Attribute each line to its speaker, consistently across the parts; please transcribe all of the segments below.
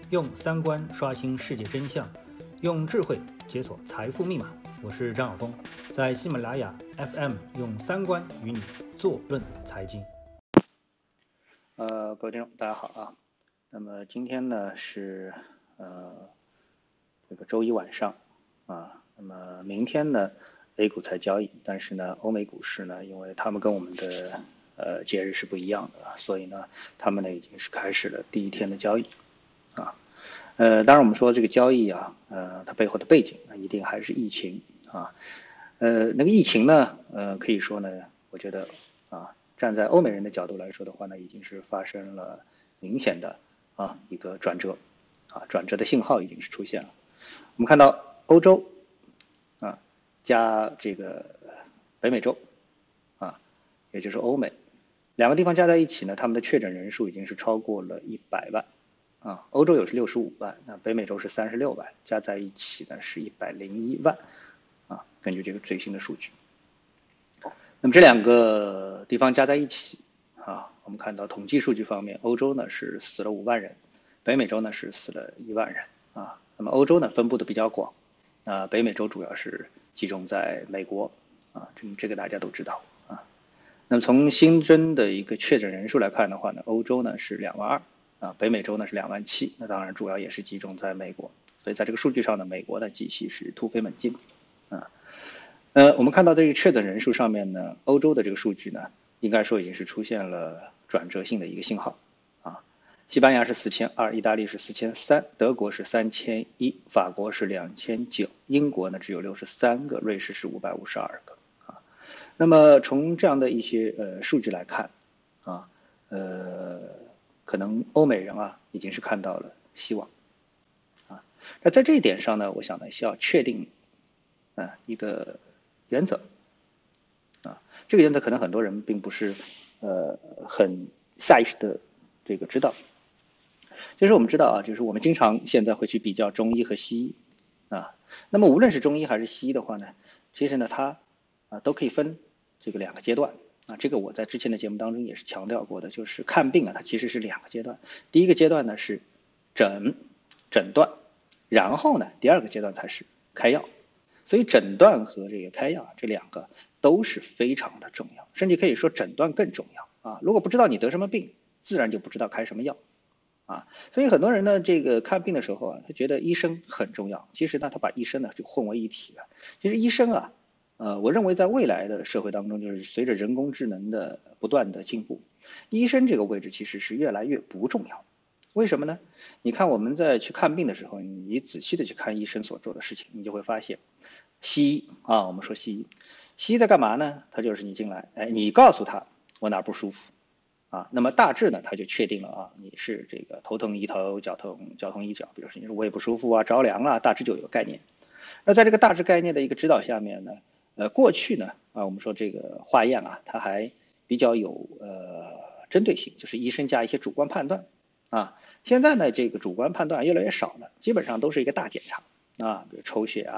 Speaker 1: 用三观刷新世界真相，用智慧解锁财富密码。我是张晓峰，在喜马拉雅 FM 用三观与你坐论财经。各位听众，大家好啊。那么今天呢是这个周一晚上啊。那么明天呢 A 股才交易，但是呢欧美股市呢，因为他们跟我们的节日是不一样的，所以呢他们呢已经是开始了第一天的交易啊。当然我们说这个交易啊，它背后的背景一定还是疫情啊。那个疫情呢，可以说呢，我觉得啊，站在欧美人的角度来说的话呢，已经是发生了明显的一个转折啊，转折的信号已经是出现了。我们看到欧洲啊加这个北美洲啊，也就是欧美两个地方加在一起呢，他们的确诊人数已经是超过了100万啊。欧洲有是65万，那北美洲是36万，加在一起呢是101万啊。根据这个最新的数据，那么这两个地方加在一起啊，我们看到统计数据方面，欧洲呢是死了5万人，北美洲呢是死了1万人啊。那么欧洲呢分布的比较广啊，北美洲主要是集中在美国啊，这个大家都知道啊。那么从新增的一个确诊人数来看的话呢，欧洲呢是2万2啊，北美洲呢是2万7，那当然主要也是集中在美国，所以在这个数据上呢，美国的机器是突飞猛进啊。我们看到这个确诊人数上面呢，欧洲的这个数据呢，应该说已经是出现了转折性的一个信号啊。西班牙是4200，意大利是4300，德国是3100，法国是2900，英国呢只有63个，瑞士是552个啊。那么从这样的一些数据来看啊，可能欧美人已经是看到了希望啊。那在这一点上呢，我想呢需要确定一个原则啊。这个原则可能很多人并不是很下意识的这个知道。就是我们知道啊，就是我们经常现在会去比较中医和西医啊。那么无论是中医还是西医的话呢，其实呢它都可以分这个2个阶段啊。这个我在之前的节目当中也是强调过的，就是看病它其实是2个阶段。第一个阶段呢是诊断，然后呢第2个阶段才是开药。所以诊断和这个开药这2个都是非常的重要，甚至可以说诊断更重要啊。如果不知道你得什么病，自然就不知道开什么药啊。所以很多人呢，这个看病的时候他觉得医生很重要，其实呢，他把医生呢就混为一体了。其实医生我认为在未来的社会当中，就是随着人工智能的不断的进步，医生这个位置其实是越来越不重要。为什么呢？你看我们在去看病的时候，你仔细的去看医生所做的事情，你就会发现，西医我们说西医在干嘛呢？他就是你进来，你告诉他我哪不舒服那么大致呢，他就确定了你是这个头痛医头，脚痛医脚，比如说你说胃不舒服着凉大致就有个概念。那在这个大致概念的一个指导下面呢，过去呢我们说这个化验它还比较有针对性，就是医生加一些主观判断现在呢这个主观判断越来越少了，基本上都是一个大检查比如抽血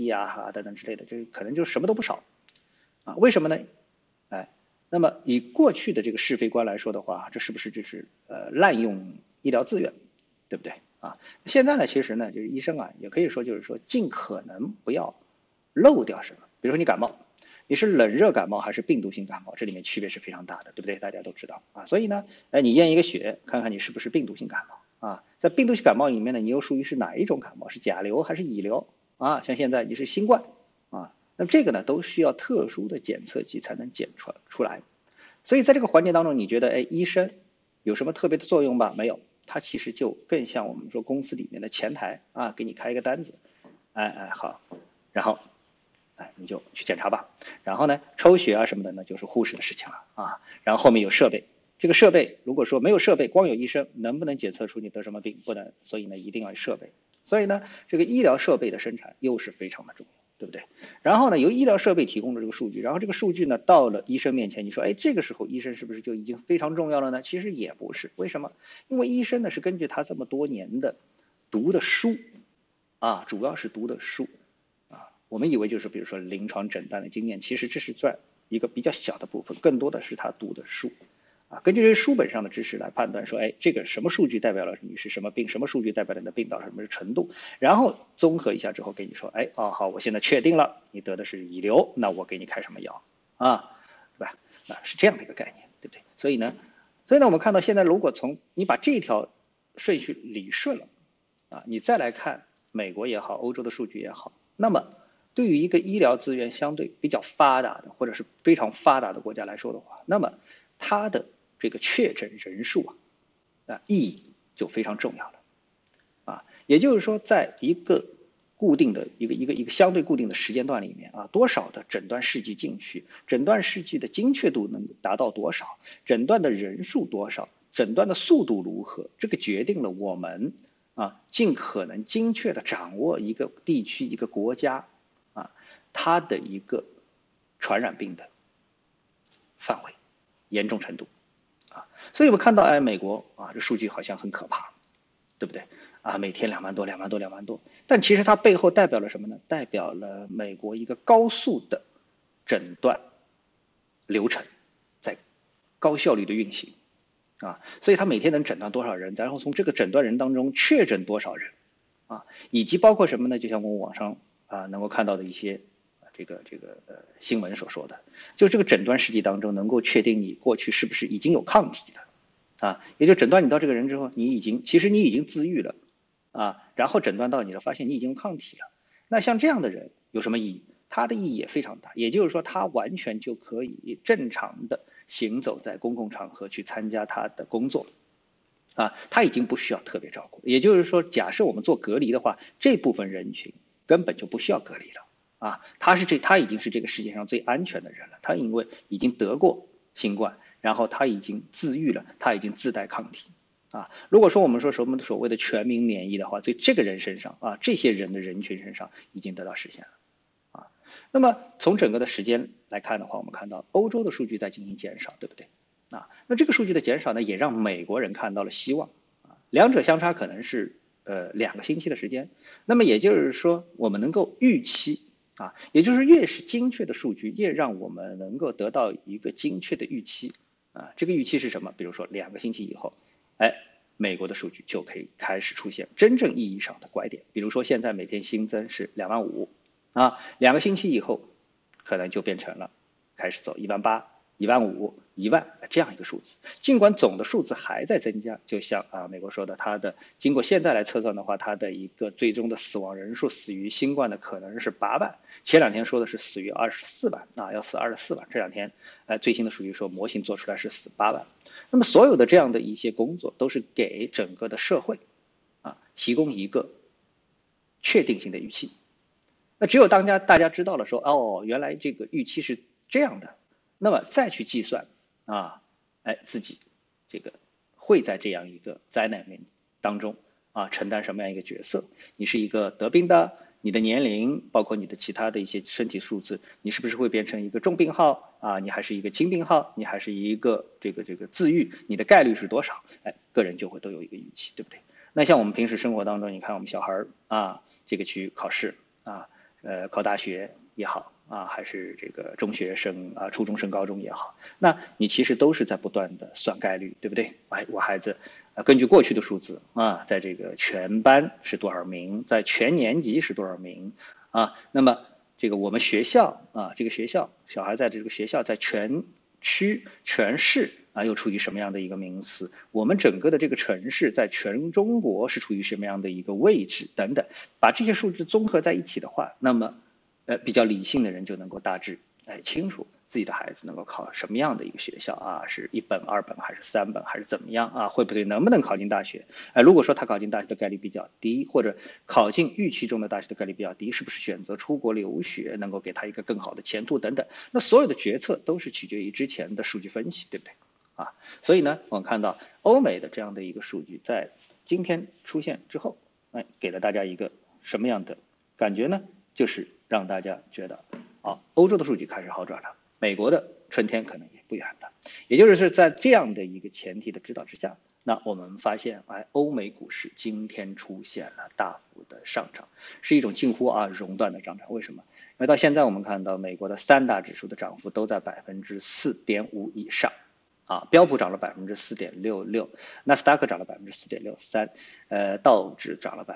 Speaker 1: CT 等等之类的，这可能就什么都不少为什么呢？那么以过去的这个是非观来说的话，这是不是就是滥用医疗资源，对不对现在呢，其实呢，就是医生也可以说就是说尽可能不要漏掉什么。比如说你感冒，你是冷热感冒还是病毒性感冒，这里面区别是非常大的，对不对？大家都知道所以呢，你验一个血，看看你是不是病毒性感冒在病毒性感冒里面呢，你又属于是哪一种感冒？是甲流还是乙流像现在你是新冠那么这个呢，都需要特殊的检测剂才能检出来。所以在这个环节当中，你觉得医生有什么特别的作用吧？没有，它其实就更像我们说公司里面的前台给你开一个单子，好，然后你就去检查吧。然后呢，抽血什么的呢，就是护士的事情了然后后面有设备，这个设备如果说没有设备，光有医生能不能检测出你得什么病？不能，所以呢一定要有设备。所以呢，这个医疗设备的生产又是非常的重要，对不对？然后呢，由医疗设备提供的这个数据，然后这个数据呢到了医生面前，你说这个时候医生是不是就已经非常重要了呢？其实也不是。为什么？因为医生呢是根据他这么多年的读的书主要是读的书我们以为就是比如说临床诊断的经验，其实这是占一个比较小的部分，更多的是他读的书根据这书本上的知识来判断说，哎，这个什么数据代表了你是什么病，什么数据代表了你的病到什么程度，然后综合一下之后给你说，哎，哦好，我现在确定了你得的是乙流，那我给你开什么药啊，对吧？是这样的一个概念，对不对？所以呢，我们看到现在如果从你把这条顺序理顺了你再来看美国也好，欧洲的数据也好，那么对于一个医疗资源相对比较发达的或者是非常发达的国家来说的话，那么它的这个确诊人数意义就非常重要了也就是说，在一个固定的一个相对固定的时间段里面多少的诊断试剂进去，诊断试剂的精确度能达到多少，诊断的人数多少，诊断的速度如何，这个决定了我们尽可能精确的掌握一个地区一个国家它的一个传染病的范围严重程度所以我们看到美国这数据好像很可怕，对不对每天2万多2万多2万多，但其实它背后代表了什么呢？代表了美国一个高速的诊断流程在高效率的运行所以它每天能诊断多少人，然后从这个诊断人当中确诊多少人以及包括什么呢？就像我们网上能够看到的一些这个新闻所说的，就这个诊断试剂当中能够确定你过去是不是已经有抗体了也就诊断你到这个人之后，其实你已经自愈了然后诊断到你了，发现你已经有抗体了。那像这样的人有什么意义？它的意义也非常大，也就是说，他完全就可以正常的行走在公共场合去参加他的工作他已经不需要特别照顾。也就是说，假设我们做隔离的话，这部分人群根本就不需要隔离了他已经是这个世界上最安全的人了，他因为已经得过新冠，然后他已经自愈了，他已经自带抗体如果说我们说什么所谓的全民免疫的话，在这个人身上这些人的人群身上已经得到实现了那么从整个的时间来看的话，我们看到欧洲的数据在进行减少，对不对那这个数据的减少呢，也让美国人看到了希望两者相差可能是2个星期的时间。那么也就是说，我们能够预期也就是越是精确的数据，越让我们能够得到一个精确的预期这个预期是什么？比如说2个星期以后，美国的数据就可以开始出现真正意义上的拐点。比如说现在每天新增是2万52个星期以后，可能就变成了开始走1万8、1万5、1万这样一个数字。尽管总的数字还在增加，就像美国说的，它的经过现在来测算的话，它的一个最终的死亡人数死于新冠的可能是8万。前2天说的是死于24万要死24万。这2天最新的数据说模型做出来是死8万。那么所有的这样的一些工作都是给整个的社会提供一个确定性的预期。那只有当大家知道了说原来这个预期是这样的，那么再去计算自己这个会在这样一个灾难当中承担什么样一个角色。你是一个得病的，你的年龄包括你的其他的一些身体数字，你是不是会变成一个重病号你还是一个轻病号，你还是一个这个自愈，你的概率是多少个人就会都有一个预期，对不对？那像我们平时生活当中，你看我们小孩这个去考试考大学也好还是这个中学生初中升高中也好，那你其实都是在不断的算概率，对不对？我孩子根据过去的数字在这个全班是多少名，在全年级是多少名那么这个我们学校这个学校小孩在这个学校在全区全市又处于什么样的一个名次，我们整个的这个城市在全中国是处于什么样的一个位置等等，把这些数字综合在一起的话，那么比较理性的人就能够大致清楚自己的孩子能够考什么样的一个学校是1本2本还是3本还是怎么样会不会能不能考进大学如果说他考进大学的概率比较低，或者考进预期中的大学的概率比较低，是不是选择出国留学能够给他一个更好的前途等等。那所有的决策都是取决于之前的数据分析，对不对所以呢，我们看到欧美的这样的一个数据在今天出现之后给了大家一个什么样的感觉呢？就是让大家觉得欧洲的数据开始好转了，美国的春天可能也不远了。也就是在这样的一个前提的指导之下，那我们发现欧美股市今天出现了大幅的上涨，是一种近乎熔断的上涨。为什么？因为到现在我们看到美国的3大指数的涨幅都在4.5%以上标普涨了4.66%，纳斯达克涨了4.63%，道指涨了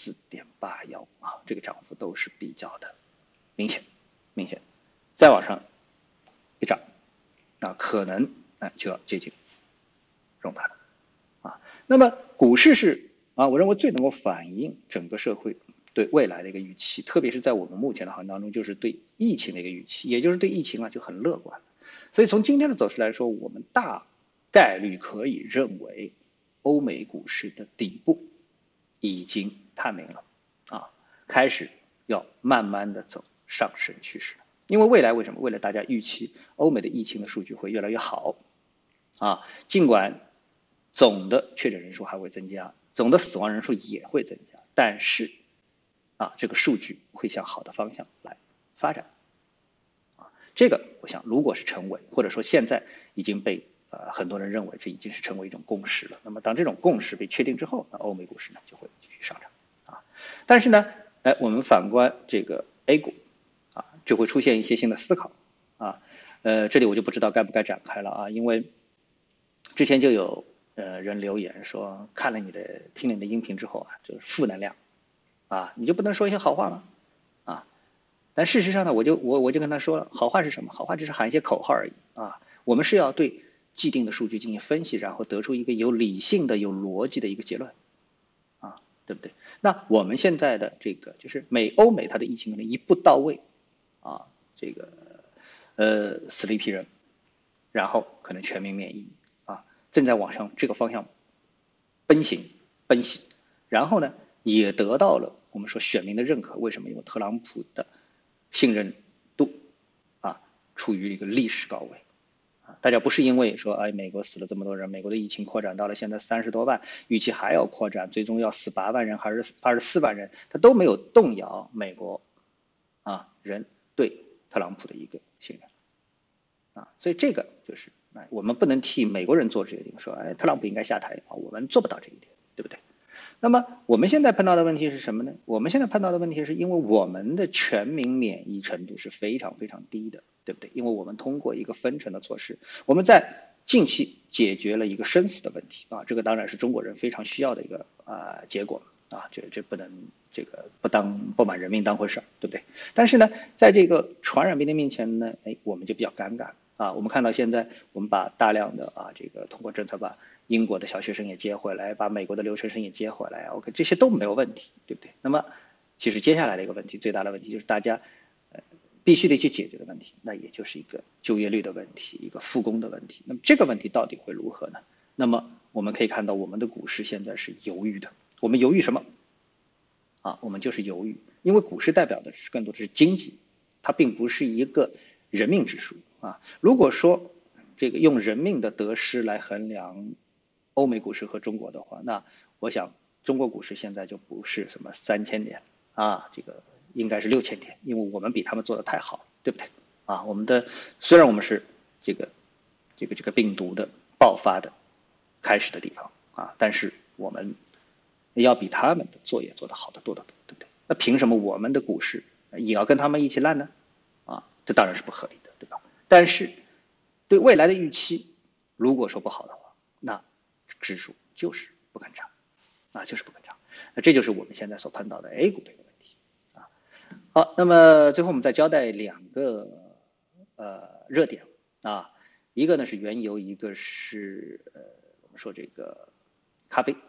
Speaker 1: 4.81%这个涨幅都是比较的明显，再往上一涨，可能就要接近荣大了那么股市是我认为最能够反映整个社会对未来的一个预期，特别是在我们目前的行情当中，就是对疫情的一个预期，也就是对疫情就很乐观。所以从今天的走势来说，我们大概率可以认为欧美股市的底部已经探明了开始要慢慢的走上升趋势了。因为未来为什么？未来大家预期欧美的疫情的数据会越来越好尽管总的确诊人数还会增加，总的死亡人数也会增加，但是这个数据会向好的方向来发展这个我想如果是成为，或者说现在已经被很多人认为这已经是成为一种共识了。那么当这种共识被确定之后，那欧美股市呢就会继续上涨但是呢，我们反观这个 A 股就会出现一些新的思考这里我就不知道该不该展开了因为之前就有人留言说，听了你的音频之后就是负能量你就不能说一些好话吗但事实上呢，我就跟他说了，好话是什么？好话只是喊一些口号而已我们是要对既定的数据进行分析，然后得出一个有理性的、有逻辑的一个结论对不对？那我们现在的这个就是欧美它的疫情可能一步到位这个死了一批人，然后可能全民免疫正在往上这个方向奔袭，然后呢也得到了我们说选民的认可。为什么？因为特朗普的信任度处于一个历史高位大家不是因为说美国死了这么多人，美国的疫情扩展到了现在30多万，预期还要扩展，最终要死8万人还是24万人，他都没有动摇美国人对特朗普的一个信任所以这个就是我们不能替美国人做决定，说特朗普应该下台我们做不到这一点，对不对？那么我们现在碰到的问题是什么呢？我们现在碰到的问题是因为我们的全民免疫程度是非常非常低的，对不对？因为我们通过一个分层的措施，我们在近期解决了一个生死的问题这个当然是中国人非常需要的一个结果这不能这个不把人命当回事，对不对？但是呢，在这个传染病的面前呢，我们就比较尴尬我们看到现在我们把大量的这个通过政策把英国的小学生也接回来，把美国的留学生也接回来 OK 这些都没有问题，对不对？那么其实接下来的一个问题，最大的问题就是大家必须得去解决的问题，那也就是一个就业率的问题，一个复工的问题。那么这个问题到底会如何呢？那么我们可以看到我们的股市现在是犹豫的。我们犹豫什么我们就是犹豫，因为股市代表的是更多的是经济，它并不是一个人命指数如果说这个用人命的得失来衡量欧美股市和中国的话，那我想中国股市现在就不是什么3000点这个应该是6000点，因为我们比他们做的太好，对不对我们的虽然我们是这个病毒的爆发的开始的地方但是我们要比他们的作业做得好得多得多，对不对？那凭什么我们的股市也要跟他们一起烂呢这当然是不合理的，对吧？但是对未来的预期如果说不好的话，那指数就是不肯涨就是不肯涨。那这就是我们现在所碰到的 A 股的一个问题好，那么最后我们再交代2个热点一个呢是原油，一个是我们说这个咖啡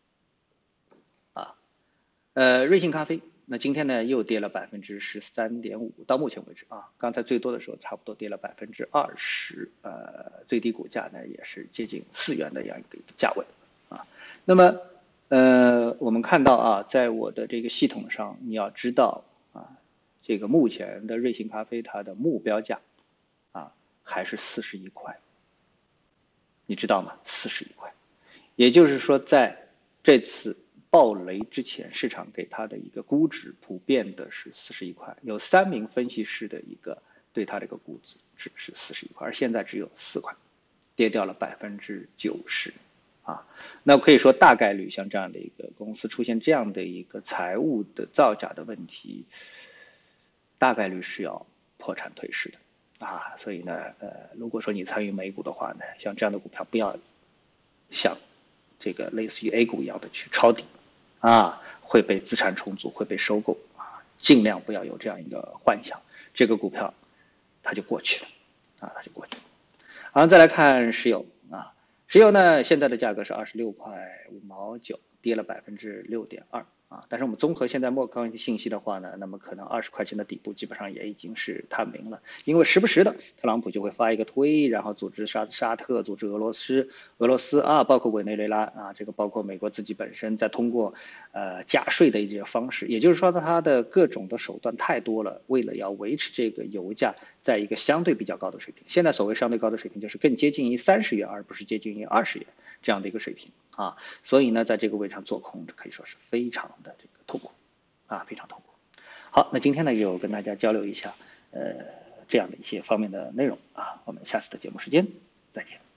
Speaker 1: 瑞幸咖啡那今天呢又跌了13.5%，到目前为止刚才最多的时候差不多跌了20%，最低股价呢也是接近4元的这样一个价位那么我们看到在我的这个系统上，你要知道这个目前的瑞幸咖啡它的目标价还是41块，你知道吗？41块，也就是说在这次暴雷之前，市场给它的一个估值普遍的是41块，有3名分析师的一个对它的一个估值是41块，而现在只有4块，跌掉了90%那可以说大概率像这样的一个公司出现这样的一个财务的造假的问题，大概率是要破产退市的所以呢，如果说你参与美股的话呢，像这样的股票不要像这个类似于 A 股一样的去抄底会被资产重组，会被收购尽量不要有这样一个幻想，这个股票它就过去了它就过去了。好，再来看石油石油呢现在的价格是26.5毛9，跌了6.2%但是我们综合现在莫康信息的话呢，那么可能20块钱的底部基本上也已经是探明了，因为时不时的特朗普就会发一个推，然后组织沙特，组织俄罗斯包括委内瑞拉这个包括美国自己本身在通过加税的一些方式，也就是说它的各种的手段太多了，为了要维持这个油价在一个相对比较高的水平。现在所谓相对高的水平就是更接近于30元，而不是接近于20元这样的一个水平所以呢，在这个位置上做空可以说是非常的这个痛苦非常痛苦。好，那今天呢有跟大家交流一下这样的一些方面的内容我们下次的节目时间再见。